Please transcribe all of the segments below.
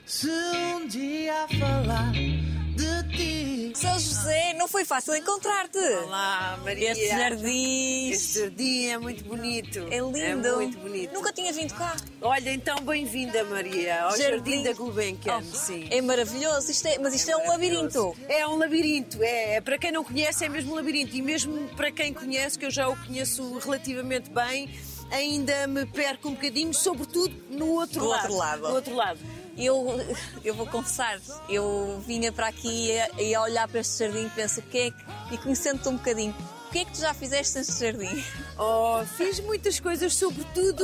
Se um dia falar de ti. São José, não foi fácil encontrar-te. Olá, Maria. Este jardim. Este jardim é muito bonito. É lindo. É muito bonito. Nunca tinha vindo cá. Olha, então bem-vinda, Maria, ao Jardim da Gulbenkian. Sim. É maravilhoso, mas isto é um labirinto. É um labirinto, para quem não conhece é mesmo um labirinto. E mesmo para quem conhece, que eu já o conheço relativamente bem, ainda me perco um bocadinho, sobretudo no outro lado. No outro lado. Eu vou confessar, eu vinha para aqui e a olhar para este jardim penso e conhecendo-te um bocadinho, o que é que tu já fizeste neste jardim? Oh, fiz muitas coisas, sobretudo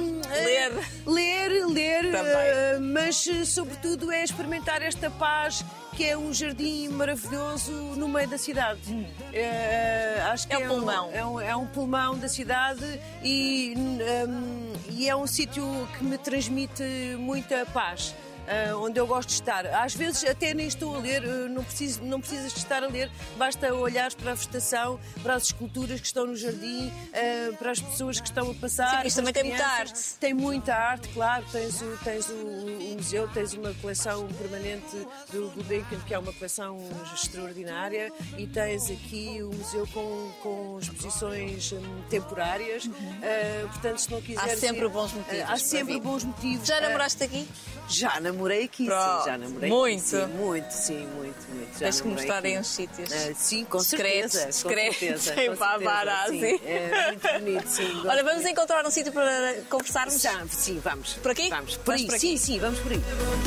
ler, mas sobretudo é experimentar esta paz que é um jardim maravilhoso no meio da cidade. Acho que é um pulmão. É um pulmão da cidade e é um sítio que me transmite muita paz. Onde eu gosto de estar. Às vezes até nem estou a ler, não precisas de estar a ler, basta olhar para a vegetação, para as esculturas que estão no jardim, para as pessoas que estão a passar. Sim, isto também tem muita arte. Tem muita arte, claro. Tens o museu, tens uma coleção permanente do Gulbenkian, que é uma coleção extraordinária, e tens aqui o museu com exposições temporárias. Portanto, se não quiseres... Há sempre bons motivos. Há sempre bons motivos. Já namoraste aqui? Já namorei aqui, Pronto. sim, já namorei muito. aqui. Muito. Tens que mostrar aí uns sítios. Sim, com discretos, certeza. Sem paparazzi. Sim, é muito bonito, sim. Olha, vamos encontrar um sítio para conversarmos? Sim, vamos. Por aqui? Vamos por aí. Sim, vamos por aí.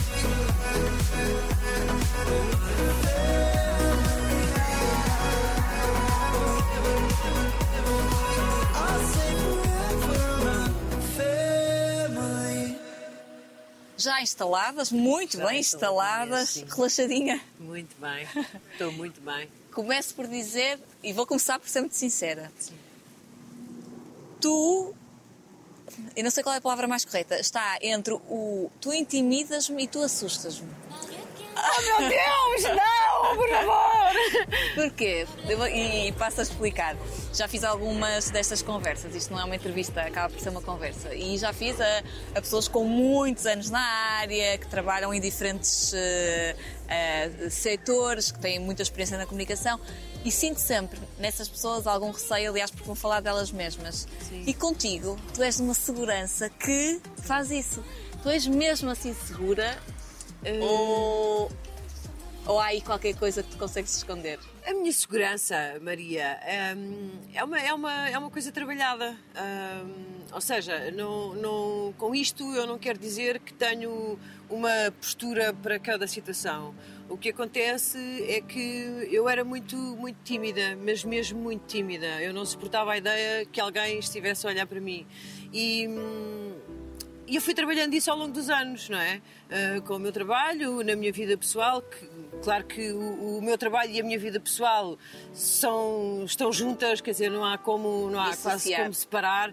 Já instaladas, muito bem instaladas, relaxadinha. Muito bem, estou muito bem. Começo por dizer, e vou começar por ser muito sincera. Sim. Tu, eu não sei qual é a palavra mais correta, está entre o tu intimidas-me e tu assustas-me. Oh meu Deus, não, por favor! Porquê? E passo a explicar. Já fiz algumas destas conversas, isto não é uma entrevista, acaba por ser uma conversa. E já fiz a pessoas com muitos anos na área, que trabalham em diferentes setores, que têm muita experiência na comunicação. E sinto sempre nessas pessoas algum receio, aliás, porque vou falar delas mesmas. Sim. E contigo, tu és de uma segurança que faz isso. Tu és mesmo assim segura. Ou há aí qualquer coisa que tu consegues esconder? A minha segurança, Maria, é uma coisa trabalhada. Ou seja, com isto eu não quero dizer que tenho uma postura para cada situação. O que acontece é que eu era muito, muito tímida, mas mesmo muito tímida. Eu não suportava a ideia que alguém estivesse a olhar para mim. E eu fui trabalhando isso ao longo dos anos, não é? Com o meu trabalho, na minha vida pessoal, claro que o meu trabalho e a minha vida pessoal estão juntas, quer dizer, não há quase como separar.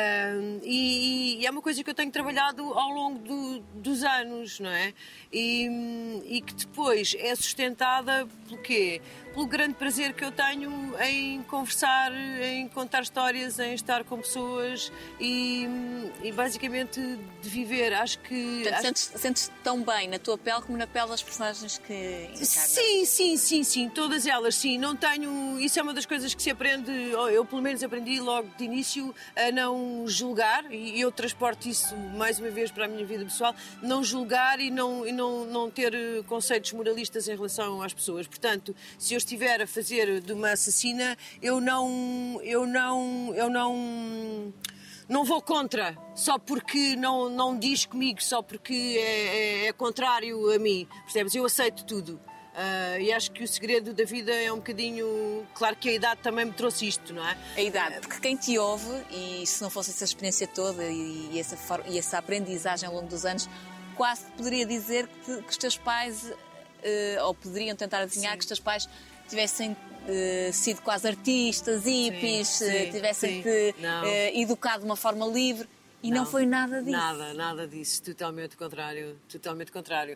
E é uma coisa que eu tenho trabalhado ao longo dos anos, não é? E que depois é sustentada pelo quê? Pelo grande prazer que eu tenho em conversar, em contar histórias, em estar com pessoas e basicamente de viver. Acho que... Sentes tão bem na tua pele como na pele das personagens que encarnas? Sim, todas elas, sim. Não tenho... Isso é uma das coisas que se aprende, eu pelo menos aprendi logo de início a não julgar, e eu transporto isso mais uma vez para a minha vida pessoal, não julgar e não ter conceitos moralistas em relação às pessoas. Portanto, se eu estiver a fazer de uma assassina, eu não vou contra, só porque não diz comigo, só porque é contrário a mim, percebes? Eu aceito tudo. E acho que o segredo da vida é um bocadinho... Claro que a idade também me trouxe isto, não é? A idade, porque quem te ouve, e se não fosse essa experiência toda e essa aprendizagem ao longo dos anos, quase poderia dizer que os teus pais, ou poderiam tentar adivinhar, que os teus pais tivessem sido quase artistas, hippies, tivessem-te educado de uma forma livre. E não foi nada disso? Nada disso, totalmente contrário, totalmente contrário.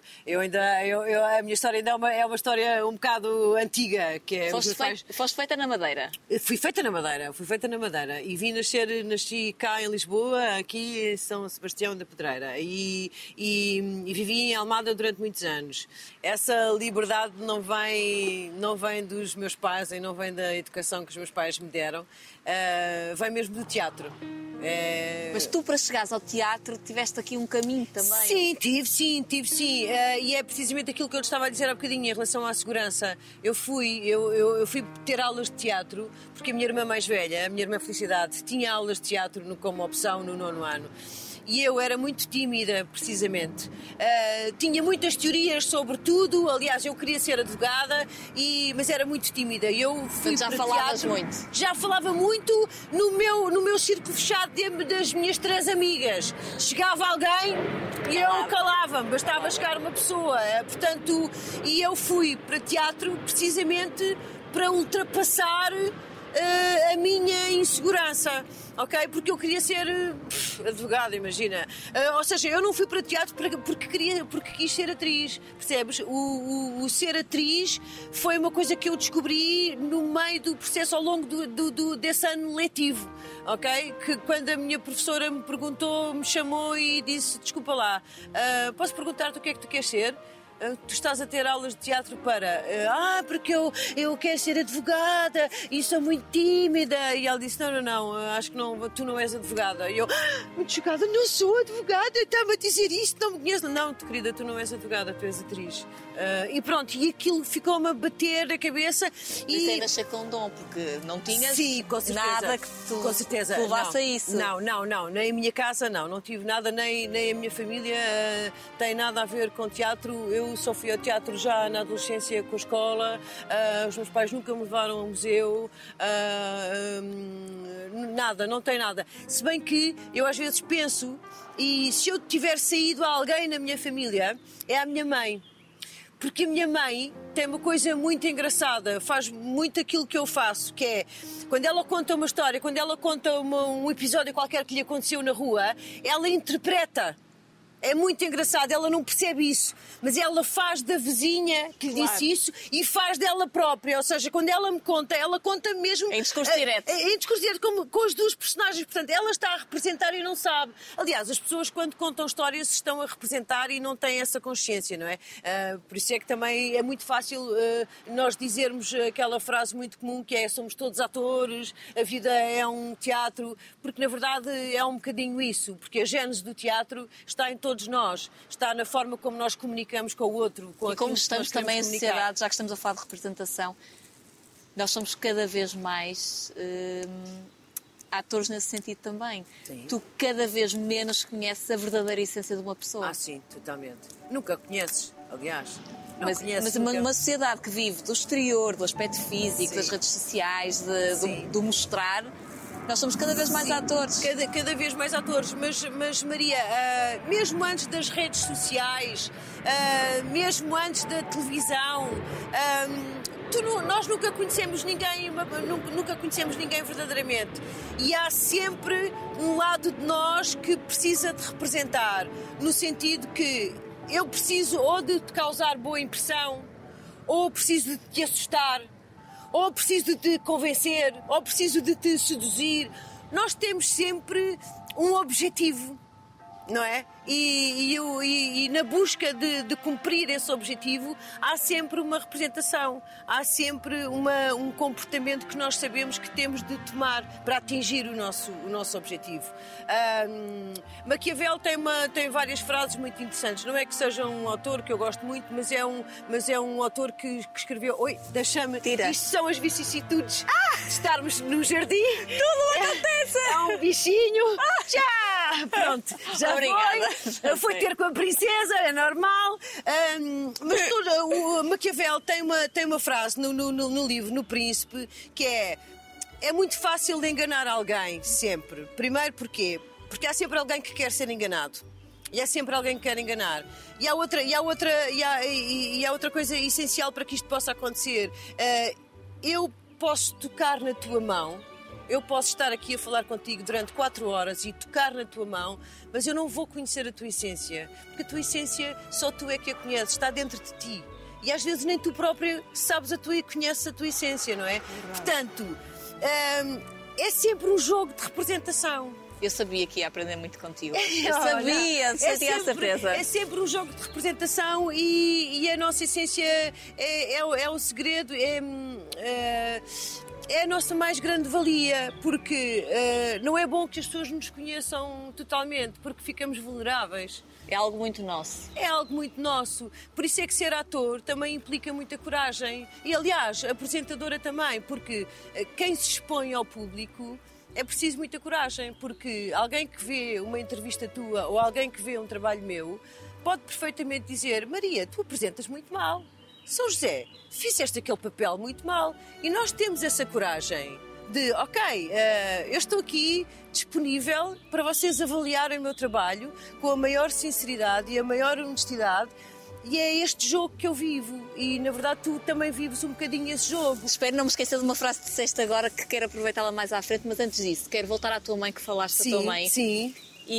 A minha história ainda é uma história um bocado antiga, que é... Foste feita na Madeira? Fui feita na Madeira e nasci cá em Lisboa, aqui em São Sebastião da Pedreira e vivi em Almada durante muitos anos. Essa liberdade não vem dos meus pais e não vem da educação que os meus pais me deram, vem mesmo do teatro. Mas tu, para chegares ao teatro, tiveste aqui um caminho também? Sim, tive sim. E é precisamente aquilo que eu te estava a dizer há bocadinho em relação à segurança. Eu fui ter aulas de teatro porque a minha irmã mais velha, a minha irmã Felicidade, tinha aulas de teatro como opção no 9º ano. E eu era muito tímida, precisamente. Tinha muitas teorias sobre tudo. Aliás, eu queria ser advogada, mas era muito tímida. Eu fui já para falavas teatro, muito? Já falava muito no meu círculo fechado das minhas 3 amigas. Chegava alguém e eu calava-me. Bastava chegar uma pessoa. Portanto, e eu fui para teatro precisamente para ultrapassar a minha insegurança, ok? Porque eu queria ser advogada, imagina. Ou seja, eu não fui para teatro porque quis ser atriz, percebes? O ser atriz foi uma coisa que eu descobri no meio do processo, ao longo desse ano letivo, ok? Que quando a minha professora me perguntou, me chamou e disse: desculpa lá, posso perguntar-te o que é que tu queres ser? Tu estás a ter aulas de teatro para... porque eu quero ser advogada e sou muito tímida. E ela disse: não, acho que não, tu não és advogada. E eu, muito chocada, não sou advogada, estava a dizer isto, não me conheço. Não, querida, tu não és advogada, tu és atriz. E pronto, e aquilo ficou-me a bater na cabeça. Mas ainda achei com um dom, porque não tinhas nada que tu levasse a isso. Não, nem a minha casa não tive nada, nem a minha família tem nada a ver com teatro. Eu só fui ao teatro já na adolescência com a escola, os meus pais nunca me levaram ao museu, nada, não tem nada. Se bem que eu às vezes penso, e se eu tiver saído a alguém na minha família, é a minha mãe. Porque a minha mãe tem uma coisa muito engraçada, faz muito aquilo que eu faço, que é, quando ela conta uma história, quando ela conta um episódio qualquer que lhe aconteceu na rua, ela interpreta. É muito engraçado, ela não percebe isso, mas ela faz da vizinha que lhe disse isso e faz dela própria. Ou seja, quando ela me conta, ela conta mesmo... Em discurso direto. Em discurso direto, com as duas personagens. Portanto, ela está a representar e não sabe. Aliás, as pessoas, quando contam histórias, estão a representar e não têm essa consciência, não é? Por isso é que também é muito fácil nós dizermos aquela frase muito comum que é: somos todos atores, a vida é um teatro, porque na verdade é um bocadinho isso, porque a gênese do teatro está em todos nós, está na forma como nós comunicamos com o outro, com e como estamos também em sociedade, já que estamos a falar de representação, nós somos cada vez mais atores nesse sentido também. Sim. Tu cada vez menos conheces a verdadeira essência de uma pessoa. Sim, totalmente. Nunca conheces, aliás. Mas uma sociedade que vive do exterior, do aspecto físico, sim, das redes sociais, do mostrar... Nós somos cada vez mais atores. Cada vez mais atores, mas Maria, mesmo antes das redes sociais, mesmo antes da televisão, nós nunca conhecemos ninguém verdadeiramente. E há sempre um lado de nós que precisa de representar, no sentido que eu preciso ou de te causar boa impressão, ou preciso de te assustar, ou preciso de te convencer, ou preciso de te seduzir. Nós temos sempre um objetivo, não é? E na busca de cumprir esse objetivo, há sempre uma representação, há sempre um comportamento que nós sabemos que temos de tomar para atingir o nosso objetivo. Maquiavel tem várias frases muito interessantes. Não é que seja um autor que eu gosto muito, mas é um autor que escreveu... Oi, deixa-me... Tira. Isto são as vicissitudes de estarmos no jardim. Tudo acontece! É um bichinho. Já! Pronto, já obrigada. Foi ter com a princesa, é normal. Mas o Maquiavel tem uma frase no livro, no Príncipe, que é muito fácil de enganar alguém, sempre. Primeiro, porquê? Porque há sempre alguém que quer ser enganado. E há sempre alguém que quer enganar. E há outra coisa essencial para que isto possa acontecer. Eu posso tocar na tua mão Eu posso estar aqui a falar contigo durante 4 horas e tocar na tua mão, mas eu não vou conhecer a tua essência. Porque a tua essência só tu é que a conheces, está dentro de ti. E às vezes nem tu própria sabes conheces a tua essência, não é? Portanto, é sempre um jogo de representação. Eu sabia que ia aprender muito contigo. Eu sabia, tinha a certeza. É sempre um jogo de representação e a nossa essência é o segredo, é a nossa mais grande valia, porque não é bom que as pessoas nos conheçam totalmente, porque ficamos vulneráveis. É algo muito nosso. É algo muito nosso. Por isso é que ser ator também implica muita coragem. E, aliás, apresentadora também, porque quem se expõe ao público é preciso muita coragem, porque alguém que vê uma entrevista tua ou alguém que vê um trabalho meu pode perfeitamente dizer: Maria, tu apresentas muito mal. São José, fizeste aquele papel muito mal. E nós temos essa coragem de, ok, eu estou aqui disponível para vocês avaliarem o meu trabalho com a maior sinceridade e a maior honestidade. E é este jogo que eu vivo. E, na verdade, tu também vives um bocadinho esse jogo. Espero não me esquecer de uma frase que disseste agora, que quero aproveitá-la mais à frente, mas antes disso, quero voltar à tua mãe, que falaste da tua mãe. Sim.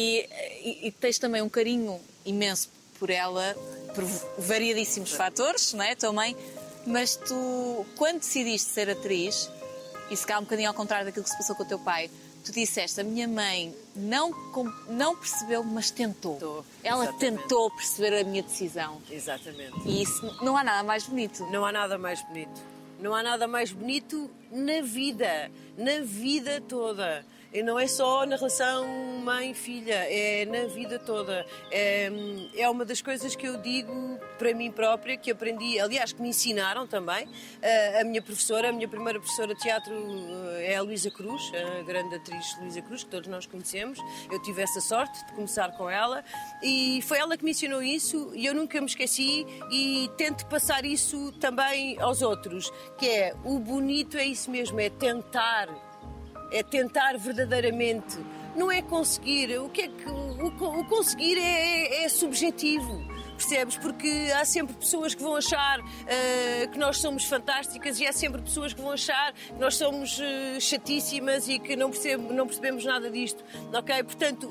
E tens também um carinho imenso por ela, por variadíssimos fatores, não é, tua mãe? Mas tu, quando decidiste ser atriz, e se calhar um bocadinho ao contrário daquilo que se passou com o teu pai, tu disseste: a minha mãe não percebeu, mas tentou. Ela tentou perceber a minha decisão. Exatamente. E isso não há nada mais bonito. Não há nada mais bonito. Não há nada mais bonito na vida toda. E não é só na relação mãe-filha, é na vida toda. É uma das coisas que eu digo para mim própria, que aprendi, aliás, que me ensinaram também. A minha primeira professora de teatro é a Luísa Cruz, a grande atriz Luísa Cruz, que todos nós conhecemos. Eu tive essa sorte de começar com ela e foi ela que me ensinou isso e eu nunca me esqueci e tento passar isso também aos outros, que é, o bonito é isso mesmo, é tentar verdadeiramente, não é conseguir. O conseguir é subjetivo, percebes? Porque há sempre pessoas que vão achar que nós somos fantásticas e há sempre pessoas que vão achar que nós somos chatíssimas e que não percebemos nada disto, ok? Portanto,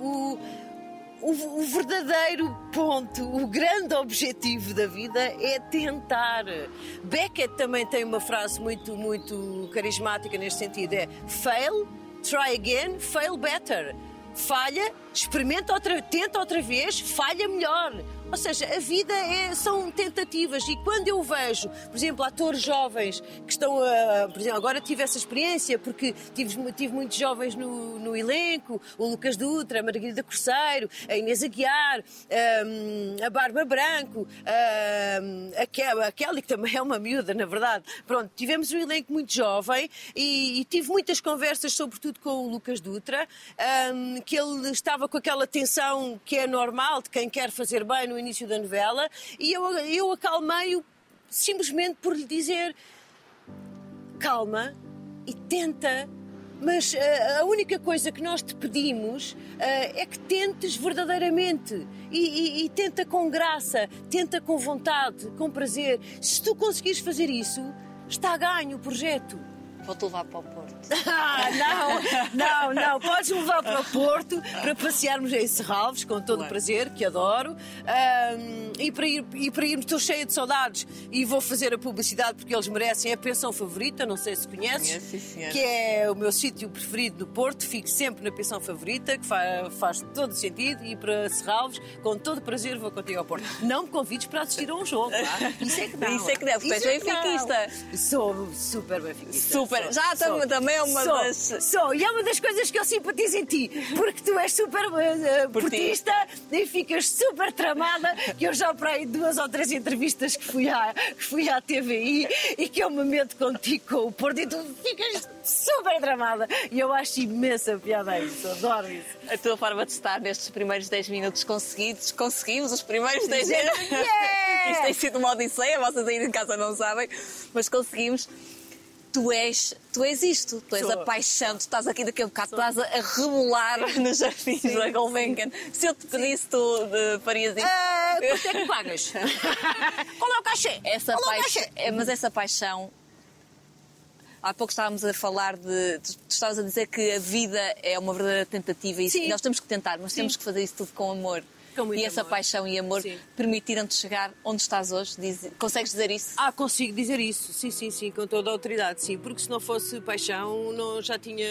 o verdadeiro ponto, o grande objetivo da vida é tentar. Beckett também tem uma frase muito, muito carismática neste sentido, é fail, try again, fail better. Falha, experimenta tenta outra vez, falha melhor. Ou seja, a vida são tentativas e quando eu vejo, por exemplo, atores jovens que estão por exemplo, agora tive essa experiência porque tive muitos jovens no elenco, o Lucas Dutra, a Margarida Corceiro, a Inês Aguiar, a Bárbara Branco, a Kelly, que também é uma miúda, na verdade. Pronto, tivemos um elenco muito jovem e tive muitas conversas, sobretudo com o Lucas Dutra, que ele estava com aquela tensão que é normal de quem quer fazer bem no início da novela, e eu acalmei-o simplesmente por lhe dizer: calma e tenta, mas a única coisa que nós te pedimos é que tentes verdadeiramente e tenta com graça, tenta com vontade, com prazer. Se tu conseguires fazer isso, está a ganho o projeto. Vou-te levar para o Porto. Não. Podes-me levar para o Porto para passearmos em Serralves, com todo o prazer, que adoro. E para irmos, estou cheia de saudades e vou fazer a publicidade porque eles merecem. É a Pensão Favorita, não sei se conheces, que é o meu sítio preferido no Porto. Fico sempre na Pensão Favorita, que faz todo o sentido. E para Serralves, com todo o prazer, vou contigo ao Porto. Não me convides para assistir a um jogo, tá? Isso é que não. Isso é que deve, porque és benfiquista. Sou super benfiquista. Super. Já também é uma das... E é uma das coisas que eu simpatizo em ti, porque tu és super portista e ficas super tramada, que eu já para aí 2 ou 3 entrevistas que fui à TVI e que eu me meto contigo com o Porto e tu ficas super tramada. E eu acho imensa piada isso, adoro isso. A tua forma de estar nestes primeiros 10 minutos conseguimos os primeiros 10 minutos. Isto tem sido uma odisseia, vocês aí em casa não sabem, mas conseguimos. Tu és isto, tu és a paixão, tu estás aqui daqui a bocado, estás a rebolar nos jardins da Gulbenkian. Se eu te pedisse, tu farias isso? Quanto é que pagas? Qual é o cachê? Mas essa paixão há pouco estávamos a falar tu estavas a dizer que a vida é uma verdadeira tentativa e nós temos que tentar, mas temos que fazer isso tudo com amor. E essa paixão e amor permitiram-te chegar onde estás hoje? Consegues dizer isso? Consigo dizer isso, sim, com toda a autoridade, sim, porque se não fosse paixão, já tinha,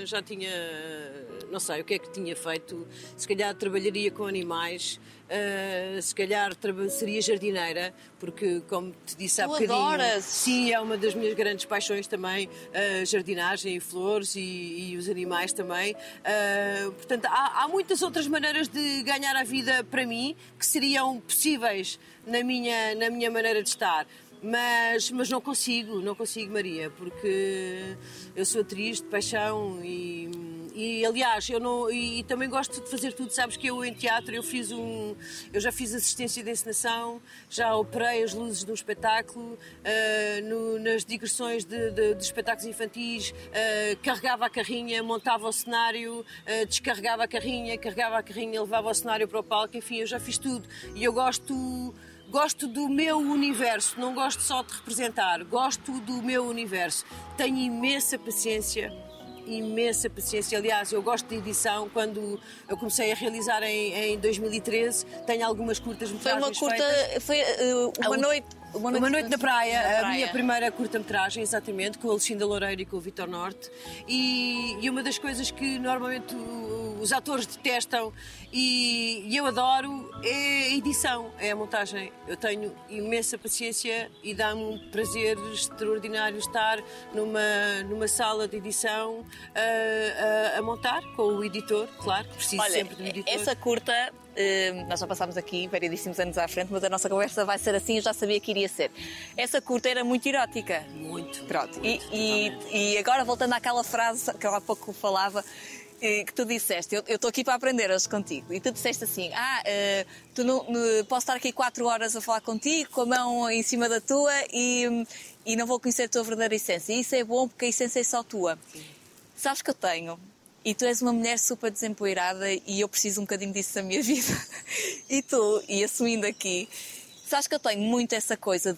não sei o que é que tinha feito, se calhar trabalharia com animais, se calhar seria jardineira, porque como te disse há bocadinho... Adoras! Sim, é uma das minhas grandes paixões também, jardinagem e flores e os animais também. Portanto, há muitas outras maneiras de ganhar a vida para mim que seriam possíveis na minha maneira de estar. Mas não consigo, Maria, porque eu sou atriz de paixão e aliás, e também gosto de fazer tudo. Sabes que eu em teatro eu já fiz assistência de encenação, já operei as luzes de um espetáculo, nas digressões de espetáculos infantis, carregava a carrinha, montava o cenário, descarregava a carrinha, carregava a carrinha, levava o cenário para o palco, enfim, eu já fiz tudo. E eu gosto do meu universo, não gosto só de representar, gosto do meu universo. Tenho imensa paciência. Aliás, eu gosto de edição. Quando eu comecei a realizar em 2013, tenho algumas curtas-metragens feitas. Foi uma noite... Uma noite na praia, a minha primeira curta-metragem, exatamente, com a Alexandra Loureiro e com o Vitor Norte. E uma das coisas que normalmente os atores detestam e eu adoro é a edição, é a montagem. Eu tenho imensa paciência e dá-me um prazer extraordinário estar numa sala de edição a montar com o editor, claro, preciso sempre do editor. Essa curta... nós já passámos aqui variedíssimos anos à frente, mas a nossa conversa vai ser assim, eu já sabia que iria ser. Essa curta era muito erótica. Muito. Pronto. E agora, voltando àquela frase que eu há pouco falava, que tu disseste, eu estou aqui para aprender hoje contigo. E tu disseste assim, posso estar aqui 4 horas a falar contigo, com a mão em cima da tua e não vou conhecer a tua verdadeira essência. E isso é bom porque a essência é só tua. Sim. Sabes que eu tenho... E tu és uma mulher super desempoeirada e eu preciso um bocadinho disso na minha vida. E tu, assumindo aqui, sabes que eu tenho muito essa coisa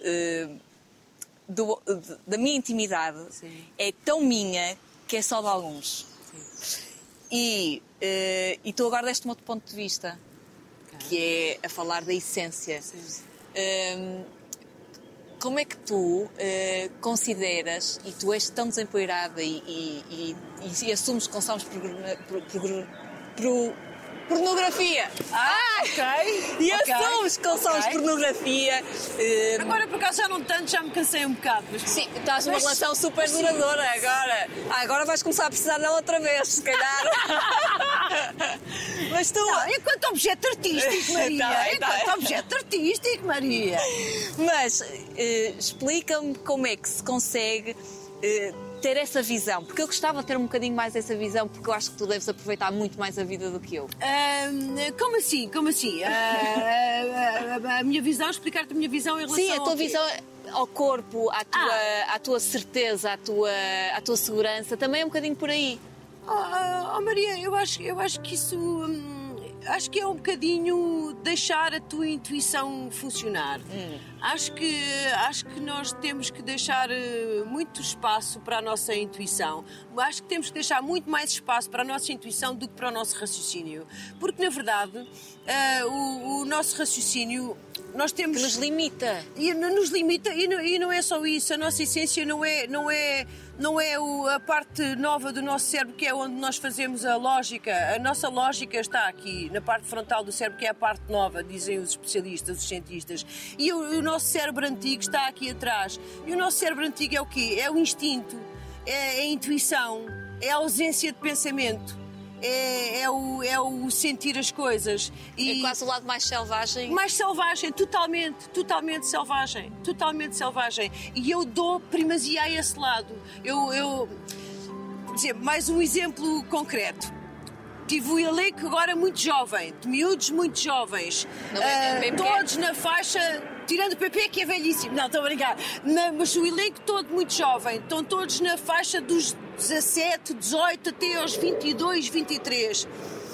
da minha intimidade. Sim. É tão minha que é só de alguns. Sim. E tu agora deste-me outro ponto de vista, que é a falar da essência. Sim. Como é que tu consideras, e tu és tão desempoeirada e assumes que consomes pornografia? Ok. E assumes que consomes pornografia. Agora, por acaso, já não tanto, já me cansei um bocado. Mas... Sim, estás numa relação super duradoura agora. Agora vais começar a precisar dela outra vez, se calhar. Mas tu... Não, enquanto objeto artístico, Maria. Enquanto objeto artístico, Maria. Mas explica-me como é que se consegue ter essa visão. Porque eu gostava de ter um bocadinho mais essa visão, porque eu acho que tu deves aproveitar muito mais a vida do que eu. Como assim? A minha visão, explicar-te a minha visão em relação Sim, a tua visão ao corpo, à tua certeza, à tua segurança, também é um bocadinho por aí. Maria, eu acho que isso... Acho que é um bocadinho deixar a tua intuição funcionar. Acho que nós temos que deixar muito espaço para a nossa intuição. Acho que temos que deixar muito mais espaço para a nossa intuição do que para o nosso raciocínio. Porque, na verdade, o nosso raciocínio... Nós temos... Que nos limita. Nos limita e não é só isso. A nossa essência não é a parte nova do nosso cérebro, que é onde nós fazemos a lógica. A nossa lógica está aqui, na parte frontal do cérebro, que é a parte nova, dizem os especialistas, os cientistas. E o nosso cérebro antigo está aqui atrás. E o nosso cérebro antigo é o quê? É o instinto, é a intuição, é a ausência de pensamento. É o sentir as coisas. É quase o lado mais selvagem. Mais selvagem, totalmente selvagem. Totalmente selvagem. E eu dou primazia a esse lado. Por exemplo, mais um exemplo concreto. Tive o elenco agora muito jovem, de miúdos muito jovens. Todos na faixa... Tirando o PP, que é velhíssimo. Não, estou a brincar. Mas o elenco todo muito jovem. Estão todos na faixa dos 17, 18 até aos 22, 23.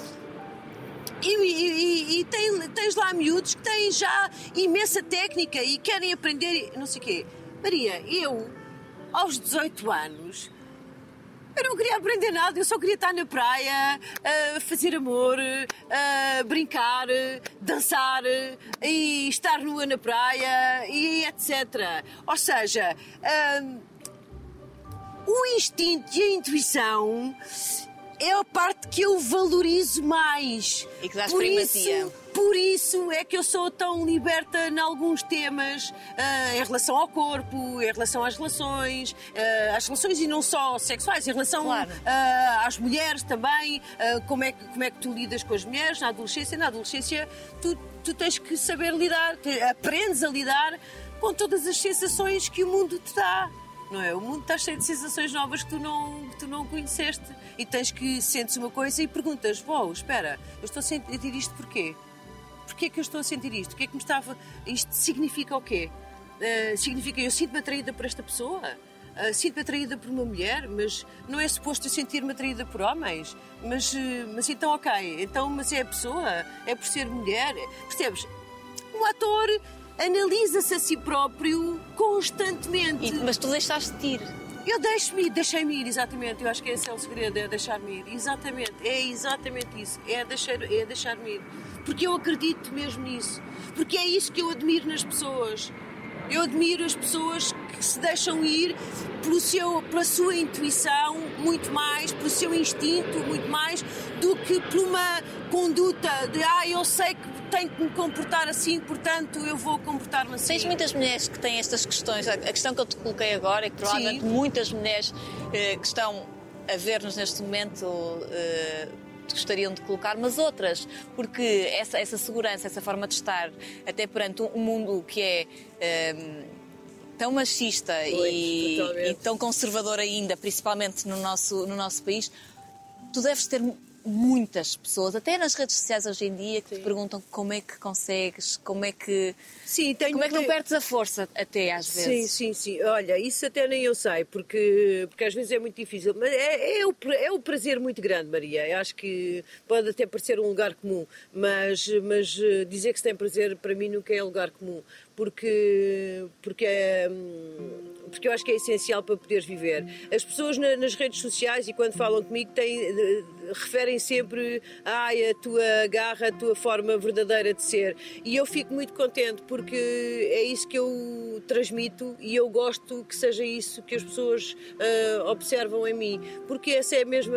E tens lá miúdos que têm já imensa técnica e querem aprender, não sei o quê. Maria, eu aos 18 anos, eu não queria aprender nada, eu só queria estar na praia, fazer amor, brincar, dançar e estar nua na praia e etc. Ou seja, o instinto e a intuição é a parte que eu valorizo mais. E que dás primacia. Por isso é que eu sou tão liberta em alguns temas em relação ao corpo, em relação às relações e não só sexuais, em relação às mulheres também, como é que tu lidas com as mulheres na adolescência. Na adolescência tu tens que saber lidar, aprendes a lidar com todas as sensações que o mundo te dá. Não é? O mundo está cheio de sensações novas que tu não conheceste e tens que sentes uma coisa e perguntas, espera, eu estou a sentir isto porquê? Porquê é que eu estou a sentir isto? O que é que me estava... Isto significa o quê? Significa eu sinto-me atraída por esta pessoa? Sinto-me atraída por uma mulher? Mas não é suposto eu sentir-me atraída por homens? Mas então ok, mas é a pessoa? É por ser mulher? Percebes? Um ator analisa-se a si próprio constantemente. Mas tu deixaste-te ir. Eu deixei-me ir, exatamente. Eu acho que esse é o segredo, é deixar-me ir. Exatamente, é exatamente isso. É deixar-me ir. Porque eu acredito mesmo nisso. Porque é isso que eu admiro nas pessoas. Eu admiro as pessoas que se deixam ir pela sua intuição, muito mais, pelo seu instinto, muito mais, do que por uma conduta de eu sei que tenho que me comportar assim, portanto eu vou comportar-me assim. Tens muitas mulheres que têm estas questões. A questão que eu te coloquei agora é que provavelmente muitas mulheres que estão a ver-nos neste momento gostariam de colocar, mas outras, porque essa segurança, essa forma de estar, até perante um mundo que é tão machista e tão conservador ainda, principalmente no nosso país, tu deves ter muitas pessoas, até nas redes sociais hoje em dia, que te perguntam como é que consegues, como é que não perdes a força até às vezes. Sim. Olha, isso até nem eu sei, porque às vezes é muito difícil, mas é um prazer muito grande, Maria. Eu acho que pode até parecer um lugar comum, mas dizer que se tem prazer para mim nunca é lugar comum, porque eu acho que é essencial para poderes viver. As pessoas nas redes sociais e quando falam comigo referem sempre a tua garra, a tua forma verdadeira de ser, e eu fico muito contente porque é isso que eu transmito e eu gosto que seja isso que as pessoas observam em mim, porque essa é mesmo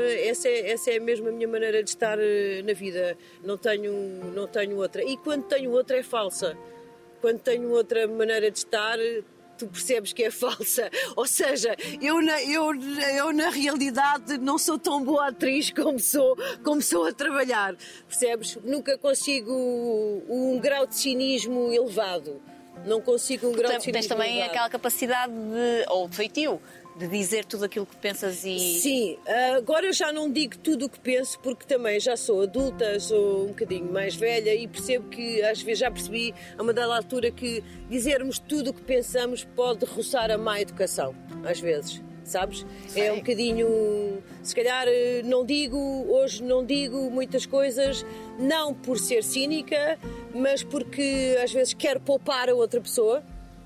a minha maneira de estar na vida. Não tenho outra, e quando tenho outra é falsa. Quando tenho outra maneira de estar, tu percebes que é falsa. Ou seja, eu na realidade não sou tão boa atriz como sou a trabalhar. Percebes? Nunca consigo um grau de cinismo elevado. Não consigo um grau de cinismo elevado. Tens também aquela capacidade ou de feitio, de dizer tudo aquilo que pensas e... Sim, agora eu já não digo tudo o que penso, porque também já sou adulta, sou um bocadinho mais velha e percebo que, às vezes, já percebi a uma dada altura que dizermos tudo o que pensamos pode roçar a má educação, às vezes, sabes? Sei. É um bocadinho... Se calhar hoje não digo muitas coisas, não por ser cínica, mas porque às vezes quero poupar a outra pessoa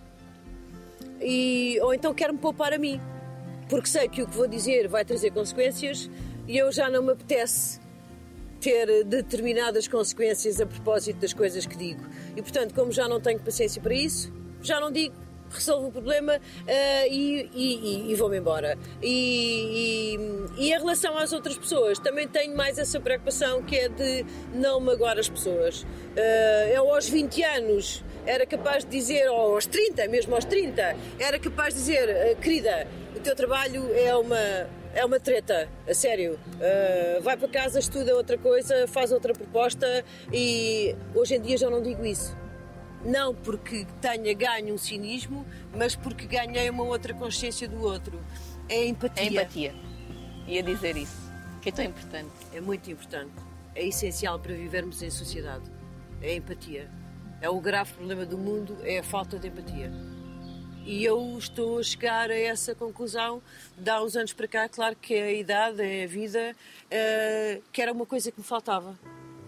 ou então quero-me poupar a mim. Porque sei que o que vou dizer vai trazer consequências e eu já não me apetece ter determinadas consequências a propósito das coisas que digo. E, portanto, como já não tenho paciência para isso, já não digo, resolvo o problema e vou-me embora. E em relação às outras pessoas, também tenho mais essa preocupação, que é de não magoar as pessoas. Eu aos 20 anos era capaz de dizer, ou aos 30, mesmo aos 30, era capaz de dizer, querida, o teu trabalho é uma treta, a sério. Vai para casa, estuda outra coisa, faz outra proposta, e hoje em dia já não digo isso. Não porque tenha ganho um cinismo, mas porque ganhei uma outra consciência do outro. É empatia. É empatia. Ia dizer isso, que é tão importante. É muito importante. É essencial para vivermos em sociedade. É a empatia. É o grave problema do mundo, é a falta de empatia. E eu estou a chegar a essa conclusão de há uns anos para cá. Claro que é a idade, é a vida, que era uma coisa que me faltava.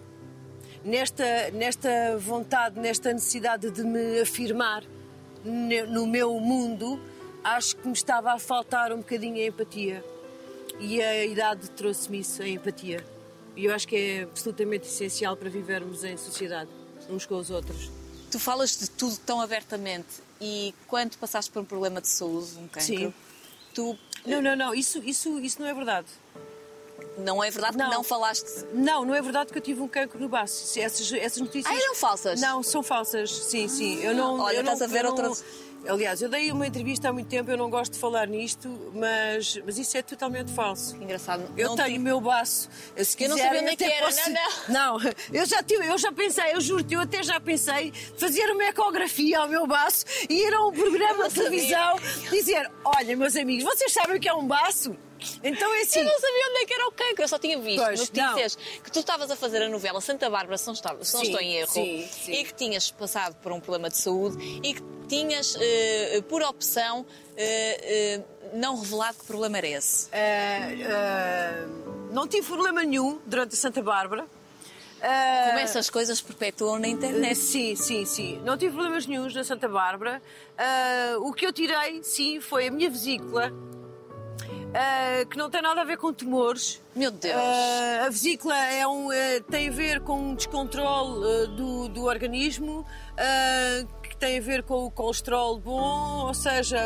Nesta vontade, nesta necessidade de me afirmar no meu mundo, acho que me estava a faltar um bocadinho a empatia. E a idade trouxe-me isso, a empatia. E eu acho que é absolutamente essencial para vivermos em sociedade, uns com os outros. Tu falas de tudo tão abertamente e quando passaste por um problema de saúde, um cancro, Sim. tu... Não, isso não é verdade. Não é verdade que não falaste? Não é verdade que eu tive um cancro no baço. Essas notícias... eram falsas? Não, são falsas, sim. Eu não, olha, eu não, estás a ver outras... Aliás, eu dei uma entrevista há muito tempo, eu não gosto de falar nisto, mas isso é totalmente falso. Engraçado. Eu tenho o meu baço. Se eu não quiser, sabia onde é que era, Não, eu já pensei, eu juro-te, eu até já pensei fazer uma ecografia ao meu baço e ir a um programa de televisão dizer, olha, meus amigos, vocês sabem o que é um baço? Então é assim. Eu não sabia onde é que era o cancro, eu só tinha visto notícias não. que tu estavas a fazer a novela Santa Bárbara, se não estou em erro, sim. e que tinhas passado por um problema de saúde e que tinhas, por opção, não revelado que problema era esse. Não tive problema nenhum durante a Santa Bárbara. Como essas coisas perpetuam na internet. Sim. Não tive problemas nenhuns na Santa Bárbara. O que eu tirei, sim, foi a minha vesícula. Que não tem nada a ver com tumores. Meu Deus! A vesícula tem a ver com um descontrole do organismo, que tem a ver com o colesterol bom, ou seja,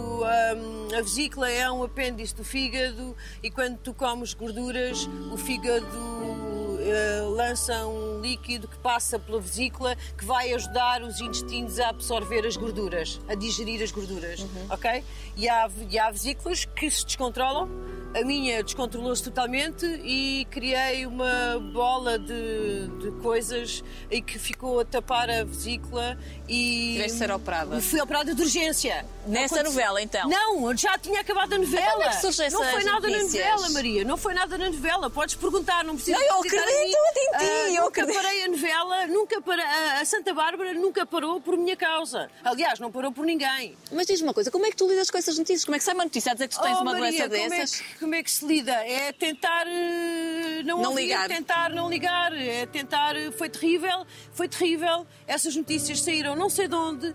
a vesícula é um apêndice do fígado e quando tu comes gorduras, o fígado lança um líquido que passa pela vesícula que vai ajudar os intestinos a absorver as gorduras, a digerir as gorduras, ok? E há vesículas que se descontrolam. A minha descontrolou-se totalmente e criei uma bola de coisas e que ficou a tapar a vesícula e... Tiveste de ser operada? Fui operada de urgência. Nessa novela, então? Não, já tinha acabado a novela. Como é que surge não foi nada notícias? na novela, Maria. Não foi nada na novela. Podes perguntar, não precisa eu acreditar acredito em ti. Eu nunca parei a novela, a Santa Bárbara nunca parou por minha causa. Aliás, não parou por ninguém. Mas diz-me uma coisa, como é que tu lidas com essas notícias? Como é que sai uma notícia a dizer que tu tens uma Maria, doença dessas? Como é que se lida? É tentar não ligar. Tentar não ligar. É tentar... Foi terrível. Essas notícias saíram não sei de onde.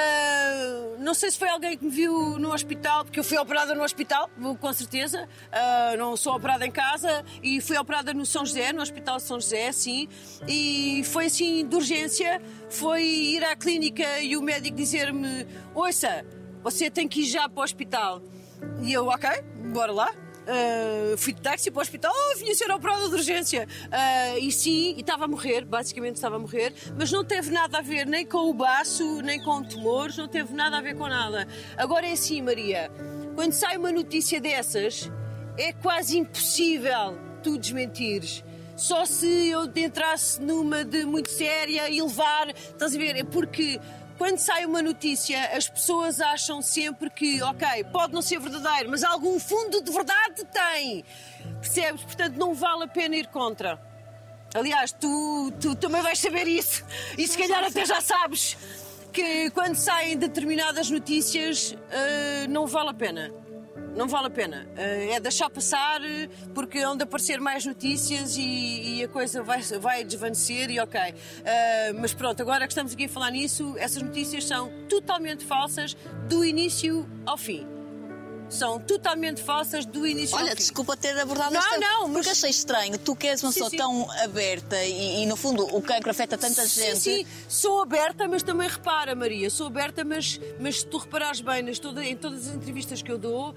Não sei se foi alguém que me viu no hospital, porque eu fui operada no hospital, com certeza. Não sou operada em casa e fui operada no São José, no Hospital de São José, sim. E foi assim, de urgência. Foi ir à clínica e o médico dizer-me: ouça, você tem que ir já para o hospital. E eu, ok, bora lá. Fui de táxi para o hospital, vinha ser operada de urgência. E sim, e estava a morrer, basicamente estava a morrer, mas não teve nada a ver nem com o baço, nem com tumores, não teve nada a ver com nada. Agora é assim, Maria, quando sai uma notícia dessas, é quase impossível tu desmentires. Só se eu entrasse numa de muito séria e levar, estás a ver? É porque... Quando sai uma notícia, as pessoas acham sempre que, ok, pode não ser verdadeiro, mas algum fundo de verdade tem. Percebes? Portanto, não vale a pena ir contra. Aliás, tu também vais saber isso. E se calhar até já sabes que quando saem determinadas notícias, não vale a pena. Não vale a pena. É deixar passar, porque onde aparecer mais notícias e a coisa vai desvanecer e ok. Mas pronto, agora que estamos aqui a falar nisso, essas notícias são totalmente falsas do início ao fim. São totalmente falsas do início ao fim. Olha, desculpa ter abordado mas... Porque achei estranho. Tu que és uma pessoa tão aberta e, no fundo, o cancro afeta tanta gente. Sim, sou aberta, mas também repara, Maria, sou aberta, mas se tu reparares bem em todas as entrevistas que eu dou,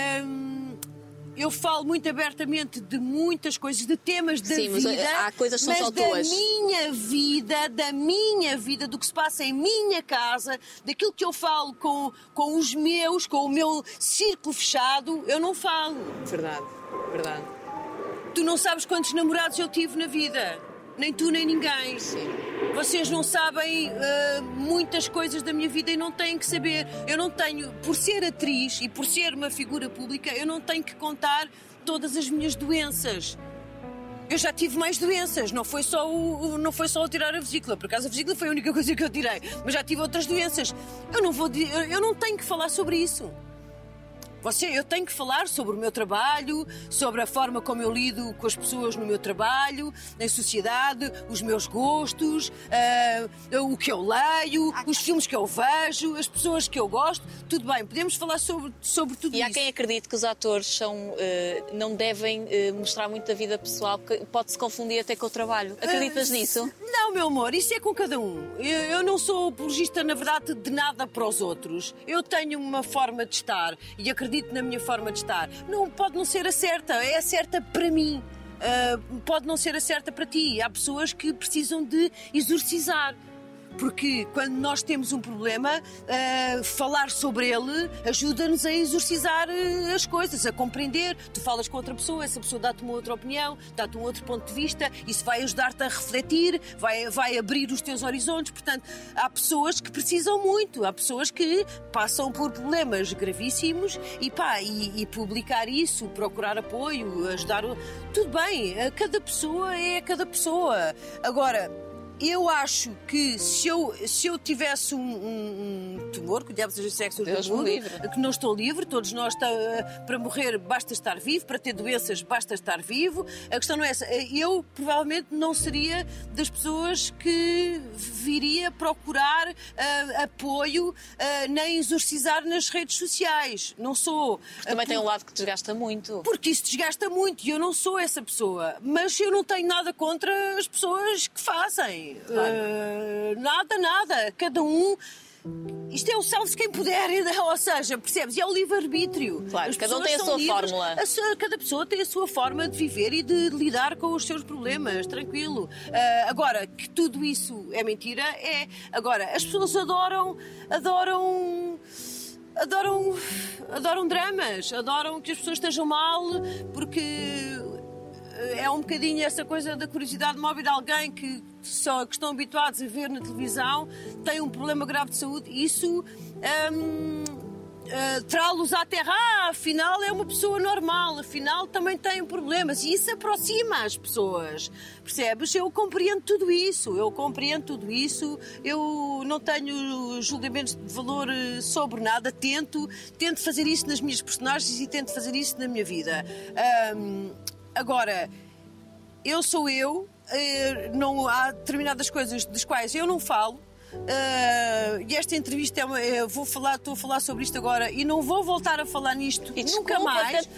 eu falo muito abertamente de muitas coisas, de temas da vida. Mas há coisas que são só tuas. Da minha vida, do que se passa em minha casa, daquilo que eu falo com os meus, com o meu círculo fechado, eu não falo. Verdade. Tu não sabes quantos namorados eu tive na vida. Nem tu, nem ninguém. Sim. Vocês não sabem muitas coisas da minha vida e não têm que saber. Eu não tenho, por ser atriz e por ser uma figura pública, eu não tenho que contar todas as minhas doenças. Eu já tive mais doenças, não foi só o tirar a vesícula. Por acaso a vesícula foi a única coisa que eu tirei, mas já tive outras doenças. Eu não tenho que falar sobre isso. Eu tenho que falar sobre o meu trabalho, sobre a forma como eu lido com as pessoas no meu trabalho, na sociedade, os meus gostos, o que eu leio, os filmes que eu vejo, as pessoas que eu gosto. Tudo bem, podemos falar sobre tudo isso. E há quem acredite que os atores não devem mostrar muito da vida pessoal, porque pode-se confundir até com o trabalho. Acreditas nisso? Não, meu amor, isso é com cada um. Eu não sou apologista, na verdade, de nada para os outros. Eu tenho uma forma de estar e acredito na minha forma de estar. Não pode não ser a certa, é a certa para mim. Pode não ser a certa para ti. Há pessoas que precisam de exorcizar. Porque quando nós temos um problema, falar sobre ele ajuda-nos a exorcizar as coisas, a compreender. Tu falas com outra pessoa, essa pessoa dá-te uma outra opinião, dá-te um outro ponto de vista, isso vai ajudar-te a refletir, vai abrir os teus horizontes. Portanto, há pessoas que precisam muito, há pessoas que passam por problemas gravíssimos e publicar isso, procurar apoio, ajudar. Tudo bem, cada pessoa é cada pessoa. Agora, eu acho que se eu tivesse um tumor, que o diabo seja sexo, que não estou livre, todos nós, para morrer basta estar vivo, para ter doenças basta estar vivo. A questão não é essa. Eu provavelmente não seria das pessoas que viria procurar apoio, nem exorcizar nas redes sociais. Não sou. Porque também tem um lado que desgasta muito. Porque isso desgasta muito e eu não sou essa pessoa. Mas eu não tenho nada contra as pessoas que fazem. Claro. Nada. Cada um. Isto é o salve-se quem puder, ou seja, percebes? É o livre-arbítrio. Claro, cada um tem a sua fórmula. Cada pessoa tem a sua forma de viver e de lidar com os seus problemas, tranquilo. Agora, que tudo isso é mentira, é. Agora, as pessoas adoram dramas, adoram que as pessoas estejam mal, porque é um bocadinho essa coisa da curiosidade móvel de alguém que estão habituados a ver na televisão, tem um problema grave de saúde, isso trá-los à terra. Afinal é uma pessoa normal, afinal também tem problemas, e isso aproxima as pessoas, percebes? Eu compreendo tudo isso, eu não tenho julgamentos de valor sobre nada, tento fazer isso nas minhas personagens e tento fazer isso na minha vida. Agora, eu sou eu, não há determinadas coisas das quais eu não falo. E esta entrevista estou a falar sobre isto agora e não vou voltar a falar nisto nunca mais.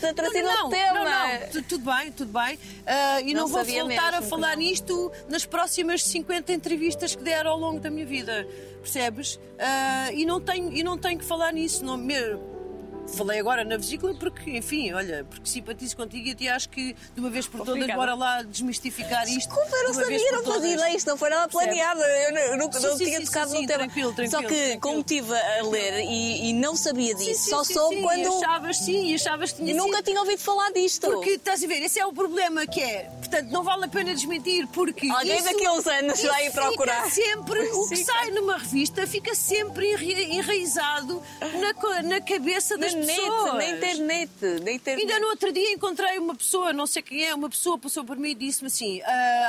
Não, tudo bem. E não vou voltar a falar nisto nas próximas 50 entrevistas que der ao longo da minha vida, percebes? E não tenho que falar nisso. Falei agora na vesícula porque, enfim, olha, porque simpatizo contigo e até acho que de uma vez por todas, bora lá desmistificar isto. Desculpa, eu não sabia, não fazia ideia, isto não foi nada planeado. Eu não tinha tocado no tema. Tranquilo. Só que, como estive a ler e não sabia disso, só soube quando. Achavas que tinha nunca sido. tinha ouvido falar disto. Porque, estás a ver, esse é o problema que é. Portanto, não vale a pena desmentir, porque. Alguém daqui a uns anos vai ir procurar. Sempre, o que sai numa revista fica sempre enraizado na cabeça das pessoas. Na internet. Ainda no outro dia encontrei uma pessoa, não sei quem é, uma pessoa passou por mim e disse-me assim: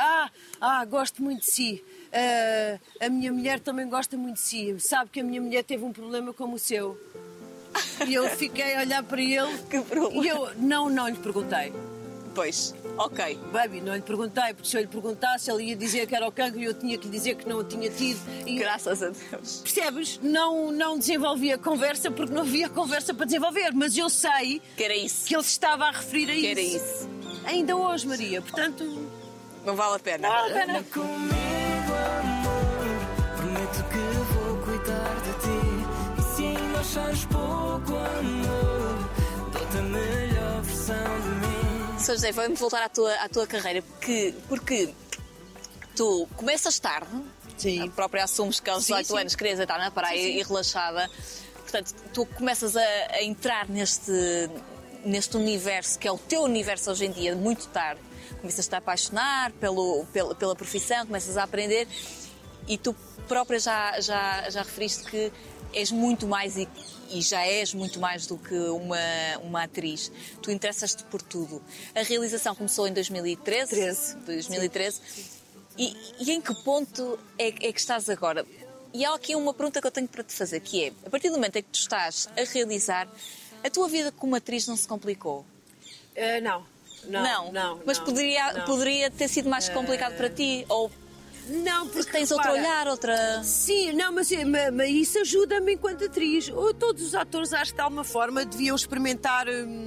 gosto muito de si. A minha mulher também gosta muito de si. Sabe que a minha mulher teve um problema como o seu. E eu fiquei a olhar para ele. Que problema? E eu não lhe perguntei. Pois, ok. Baby, não lhe perguntei, porque se eu lhe perguntasse, ele ia dizer que era o cancro e eu tinha que lhe dizer que não o tinha tido. E, graças a Deus. Percebes? Não desenvolvi a conversa porque não havia conversa para desenvolver, mas eu sei que era isso. Que ele se estava a referir a isso. Que era isso. Ainda hoje, Maria, portanto. Não vale a pena. Vale a pena. Comigo, amor, prometo que vou cuidar de ti. E se ainda achares pouco amor, dou-te a melhor versão de mim. Sr. José, vamos voltar à tua carreira, porque tu começas tarde. Sim. A própria assumes que aos 18 anos querias estar na praia e relaxada. Portanto, tu começas a entrar neste universo, que é o teu universo hoje em dia, muito tarde. Começas-te a apaixonar pela profissão, começas a aprender e tu própria já referiste que és muito mais e já és muito mais do que uma atriz. Tu interessas-te por tudo. A realização começou em 2013. 2013. E em que ponto é que estás agora? E há aqui uma pergunta que eu tenho para te fazer, que é, a partir do momento em que tu estás a realizar, A tua vida como atriz não se complicou? Não. Mas não, poderia ter sido mais complicado para ti? Ou não, porque tens outro olhar, outra... Sim, não, mas isso ajuda-me enquanto atriz. Ou todos os atores, acho que de alguma forma, deviam experimentar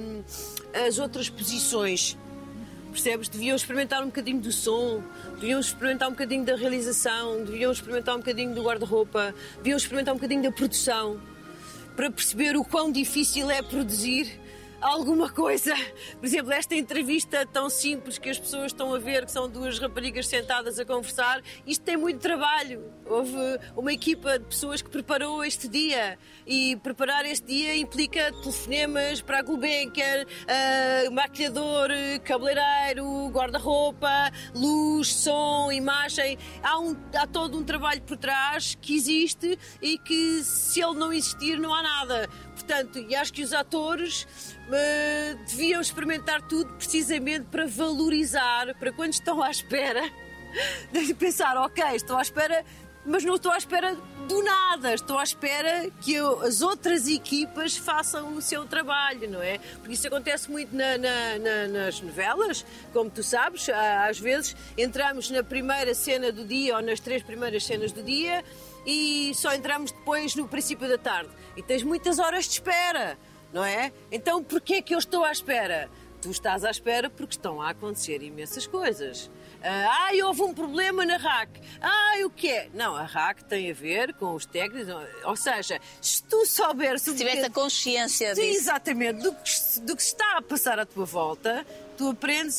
as outras posições. Percebes? Deviam experimentar um bocadinho do som, deviam experimentar um bocadinho da realização, deviam experimentar um bocadinho do guarda-roupa, deviam experimentar um bocadinho da produção, para perceber o quão difícil é produzir alguma coisa. Por exemplo, esta entrevista tão simples que as pessoas estão a ver, que são duas raparigas sentadas a conversar, isto tem muito trabalho. Houve uma equipa de pessoas que preparou este dia, e preparar este dia implica telefonemas para a Gulbenkian, maquilhador, cabeleireiro, guarda-roupa, luz, som, imagem. Há todo um trabalho por trás que existe e que, se ele não existir, não há nada. Portanto, e acho que os atores deviam experimentar tudo precisamente para valorizar, para quando estão à espera, de pensar, ok, estou à espera, mas não estou à espera do nada, estou à espera que as outras equipas façam o seu trabalho, não é? Porque isso acontece muito nas novelas, como tu sabes, às vezes entramos na primeira cena do dia ou nas 3 primeiras cenas do dia e só entramos depois no princípio da tarde. E tens muitas horas de espera, não é? Então porquê que eu estou à espera? Tu estás à espera porque estão a acontecer imensas coisas. Houve um problema na RAC. O que é? Não, a RAC tem a ver com os técnicos. Ou seja, se tu souberes... Se tivesse a consciência disso. Exatamente, do que se está a passar à tua volta, tu aprendes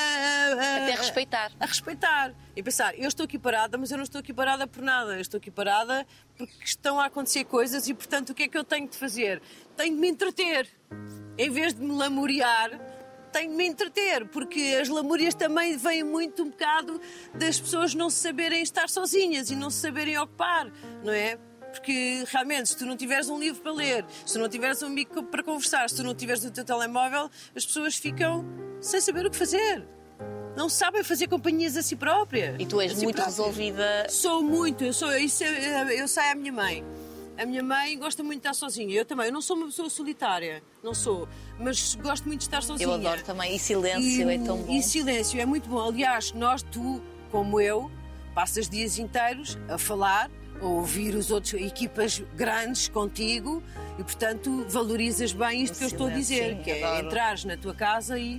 até respeitar. A respeitar. E pensar, eu estou aqui parada, mas eu não estou aqui parada por nada. Eu estou aqui parada porque estão a acontecer coisas e, portanto, o que é que eu tenho de fazer? Tenho de me entreter. Em vez de me lamuriar, tenho de me entreter, porque as lamúrias também vêm muito um bocado das pessoas não se saberem estar sozinhas e não se saberem ocupar, não é? Porque realmente, se tu não tiveres um livro para ler, se tu não tiveres um amigo para conversar, se tu não tiveres o teu telemóvel, as pessoas ficam sem saber o que fazer. Não sabem fazer companhias a si próprias. E tu és muito resolvida. Sou muito, eu sei a minha mãe. A minha mãe gosta muito de estar sozinha. Eu também. Eu não sou uma pessoa solitária. Não sou. Mas gosto muito de estar sozinha. Eu adoro também. E silêncio é tão bom. E silêncio é muito bom. Aliás, tu, como eu, passas dias inteiros a falar, a ouvir os outros, equipas grandes contigo e, portanto, valorizas bem isto que eu estou a dizer. Sim, que é entrares na tua casa e...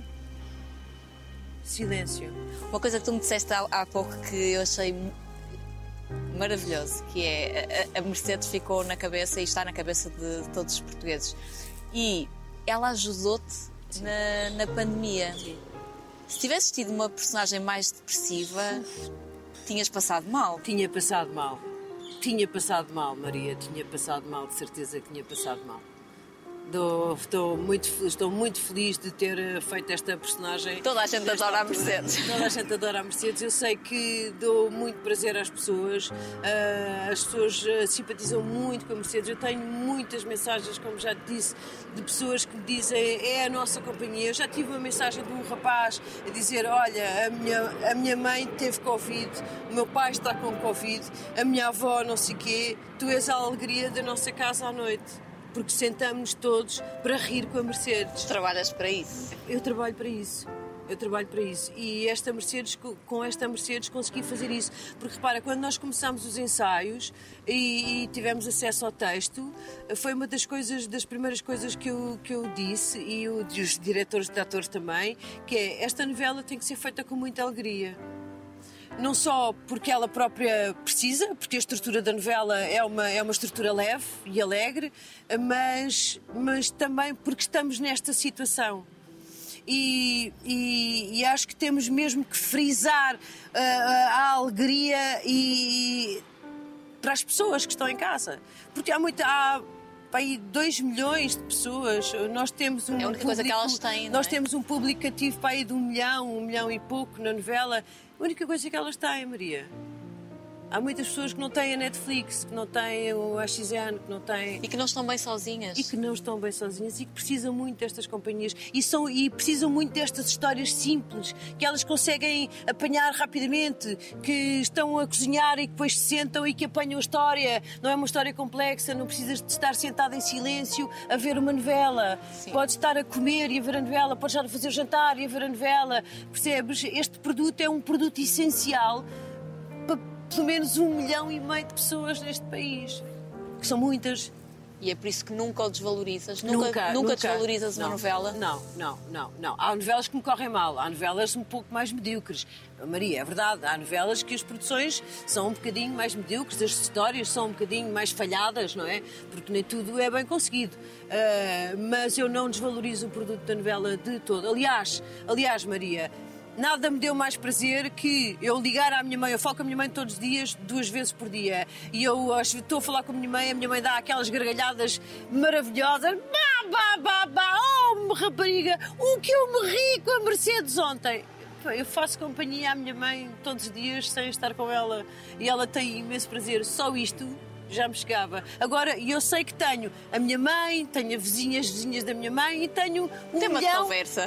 silêncio. Uma coisa que tu me disseste há pouco que eu achei maravilhoso, que é a Mercedes ficou na cabeça e está na cabeça de todos os portugueses. E ela ajudou-te na pandemia. Sim. Se tivesses tido uma personagem mais depressiva, tinhas passado mal. Tinha passado mal. Tinha passado mal, Maria. Tinha passado mal, de certeza que tinha passado mal. Estou muito feliz de ter feito esta personagem. Toda a gente adora a Mercedes. Toda a gente adora a Mercedes. Eu sei que dou muito prazer às pessoas. As pessoas simpatizam muito com a Mercedes. Eu tenho muitas mensagens, como já te disse, de pessoas que me dizem é a nossa companhia. Eu já tive uma mensagem de um rapaz a dizer, olha, a minha mãe teve Covid, o meu pai está com Covid, a minha avó não sei quê, tu és a alegria da nossa casa à noite. Porque sentamos todos para rir com a Mercedes. Trabalhas para isso? Eu trabalho para isso. E com esta Mercedes consegui fazer isso. Porque repara, quando nós começámos os ensaios e tivemos acesso ao texto, foi uma das primeiras coisas que eu disse, e os diretores de atores também, que é, esta novela tem que ser feita com muita alegria. Não só porque ela própria precisa, porque a estrutura da novela é uma estrutura leve e alegre, mas também porque estamos nesta situação. E acho que temos mesmo que frisar a alegria para as pessoas que estão em casa. Porque há aí 2 milhões de pessoas, nós temos é a única coisa que elas têm, nós temos um público cativo para aí de 1 milhão e pouco na novela. A única coisa que elas têm, Maria. Há muitas pessoas que não têm a Netflix, que não têm o AXN, que não têm... E que não estão bem sozinhas. E que não estão bem sozinhas e que precisam muito destas companhias e precisam muito destas histórias simples, que elas conseguem apanhar rapidamente, que estão a cozinhar e que depois se sentam e que apanham a história. Não é uma história complexa, não precisas de estar sentado em silêncio a ver uma novela. Sim. Podes estar a comer e a ver a novela, podes estar a fazer o jantar e a ver a novela. Percebes? Este produto é um produto essencial para pelo menos 1,5 milhão de pessoas neste país, que são muitas. E é por isso que nunca o desvalorizas? Nunca desvalorizas uma novela? Não. Há novelas que me correm mal, há novelas um pouco mais medíocres. Maria, é verdade, há novelas que as produções são um bocadinho mais medíocres, as histórias são um bocadinho mais falhadas, não é? Porque nem tudo é bem conseguido. Mas eu não desvalorizo o produto da novela de todo. Aliás, Maria, nada me deu mais prazer que eu ligar à minha mãe. Eu falo com a minha mãe todos os dias, 2 vezes por dia. E eu estou a falar com a minha mãe dá aquelas gargalhadas maravilhosas. Oh, rapariga, o que eu me ri com a Mercedes ontem. Eu faço companhia à minha mãe todos os dias sem estar com ela. E ela tem imenso prazer. Só isto já me chegava. Agora, eu sei que tenho a minha mãe, tenho vizinhas da minha mãe e tenho um Tem uma milhão. conversa.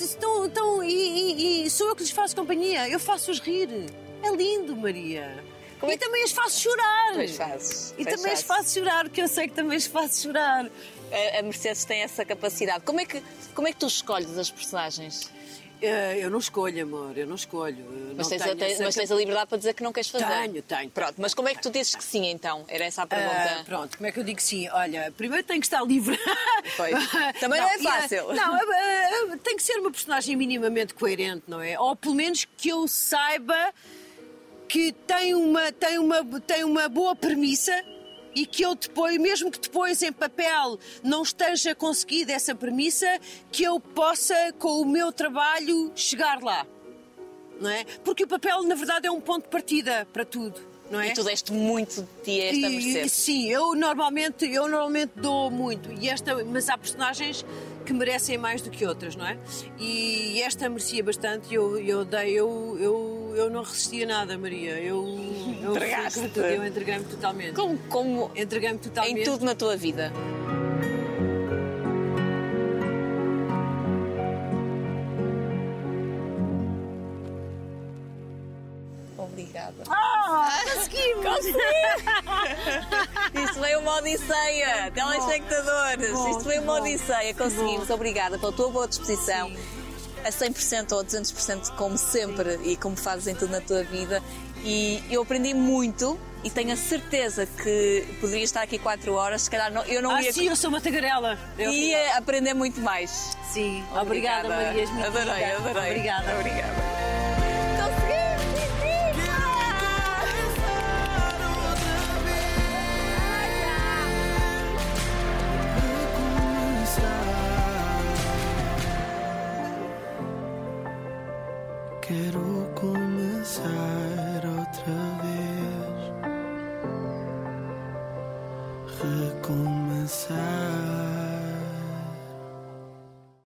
E sou eu que lhes faço companhia. Eu faço-os rir. É lindo, Maria. E também as faço chorar. Pois fazes. E também as faço chorar, porque eu sei que também as faço chorar. A Mercedes tem essa capacidade. Como é que tu escolhes as personagens? Eu não escolho, amor, eu não escolho. Mas tens a liberdade para dizer que não queres fazer. Tenho. Pronto, mas como é que tu dizes que sim, então? Era essa a pergunta. Pronto, como é que eu digo que sim? Olha, primeiro tem que estar livre. Pois. Também não é fácil. Tem que ser uma personagem minimamente coerente, não é? Ou pelo menos que eu saiba que tem uma boa premissa e que eu depois, mesmo que depois em papel não esteja conseguida essa premissa, que eu possa, com o meu trabalho, chegar lá. Não é? Porque o papel, na verdade, é um ponto de partida para tudo. Não é? E tu deste muito de ti a esta Mercedes. Sim, eu normalmente dou muito. Mas há personagens que merecem mais do que outras, não é? E esta merecia bastante. Eu não resistia nada, Maria. Eu entreguei-me totalmente. Como entreguei-me totalmente. Em tudo na tua vida. Obrigada. Conseguimos! Isto foi uma odisseia, telespectadores. Isto foi uma odisseia. Conseguimos. Obrigada pela tua boa disposição. Sim. A 100% ou a 200%, como sempre, e como fazes em tudo na tua vida. E eu aprendi muito e tenho a certeza que poderia estar aqui 4 horas. Se calhar eu não ia. Sim, eu sou uma tagarela. Ia aprender muito mais. Sim, obrigada Maria. Adorei. Obrigada. Quero começar